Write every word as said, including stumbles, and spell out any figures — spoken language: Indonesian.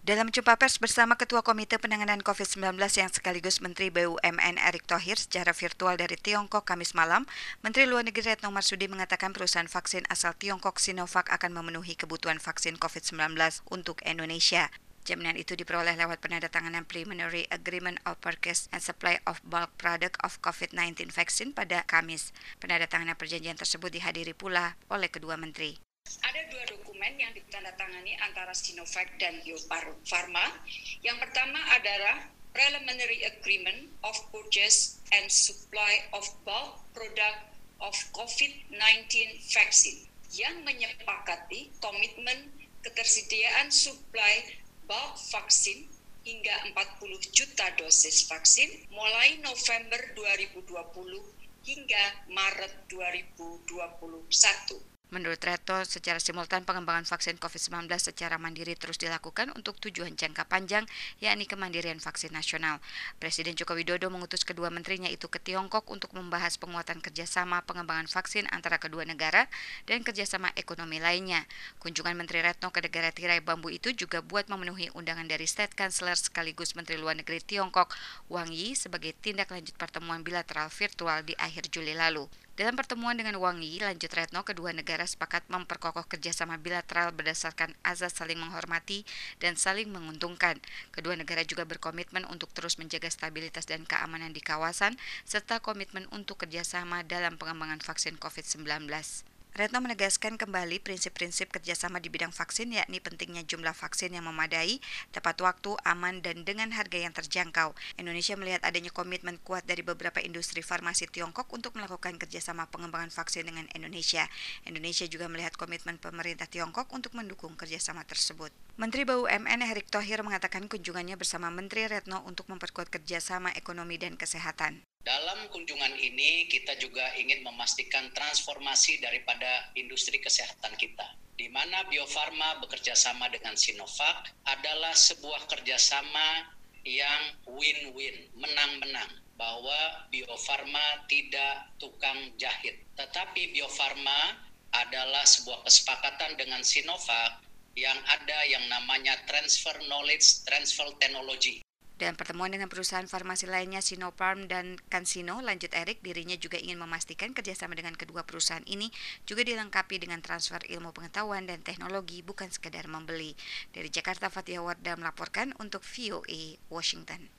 Dalam jumpa pers bersama Ketua Komite Penanganan covid sembilan belas yang sekaligus Menteri B U M N Erick Thohir secara virtual dari Tiongkok Kamis malam, Menteri Luar Negeri Retno Marsudi mengatakan perusahaan vaksin asal Tiongkok Sinovac akan memenuhi kebutuhan vaksin covid sembilan belas untuk Indonesia. Jaminan itu diperoleh lewat penandatanganan Preliminary Agreement of Purchase and Supply of Bulk Product of covid sembilan belas Vaccine pada Kamis. Penandatanganan perjanjian tersebut dihadiri pula oleh kedua menteri. Ada dua dokumen yang ditandatangani antara Sinovac dan Bio Farma. Yang pertama adalah Preliminary Agreement of Purchase and Supply of Bulk Product of covid sembilan belas Vaccine yang menyepakati komitmen ketersediaan suplai bulk vaksin hingga empat puluh juta dosis vaksin mulai November dua ribu dua puluh hingga Maret dua ribu dua puluh satu. Menurut Retno, secara simultan pengembangan vaksin covid sembilan belas secara mandiri terus dilakukan untuk tujuan jangka panjang, yakni kemandirian vaksin nasional. Presiden Joko Widodo mengutus kedua menterinya itu ke Tiongkok untuk membahas penguatan kerjasama pengembangan vaksin antara kedua negara dan kerjasama ekonomi lainnya. Kunjungan Menteri Retno ke negara tirai bambu itu juga buat memenuhi undangan dari State Chancellor sekaligus Menteri Luar Negeri Tiongkok, Wang Yi, sebagai tindak lanjut pertemuan bilateral virtual di akhir Juli lalu. Dalam pertemuan dengan Wang Yi, lanjut Retno, kedua negara sepakat memperkokoh kerjasama bilateral berdasarkan azas saling menghormati dan saling menguntungkan. Kedua negara juga berkomitmen untuk terus menjaga stabilitas dan keamanan di kawasan, serta komitmen untuk kerjasama dalam pengembangan vaksin covid sembilan belas. Retno menegaskan kembali prinsip-prinsip kerjasama di bidang vaksin, yakni pentingnya jumlah vaksin yang memadai, tepat waktu, aman, dan dengan harga yang terjangkau. Indonesia melihat adanya komitmen kuat dari beberapa industri farmasi Tiongkok untuk melakukan kerjasama pengembangan vaksin dengan Indonesia. Indonesia juga melihat komitmen pemerintah Tiongkok untuk mendukung kerjasama tersebut. Menteri B U M N Erick Thohir mengatakan kunjungannya bersama Menteri Retno untuk memperkuat kerjasama ekonomi dan kesehatan. Dalam kunjungan ini kita juga ingin memastikan transformasi daripada industri kesehatan kita, di mana Bio Farma bekerja sama dengan Sinovac adalah sebuah kerjasama yang win-win, menang-menang, bahwa Bio Farma tidak tukang jahit. Tetapi Bio Farma adalah sebuah kesepakatan dengan Sinovac yang ada yang namanya transfer knowledge, transfer technology. Dalam pertemuan dengan perusahaan farmasi lainnya Sinopharm dan CanSino, lanjut Erick, dirinya juga ingin memastikan kerjasama dengan kedua perusahaan ini juga dilengkapi dengan transfer ilmu pengetahuan dan teknologi, bukan sekedar membeli. Dari Jakarta, Fathia Wardah melaporkan untuk V O A Washington.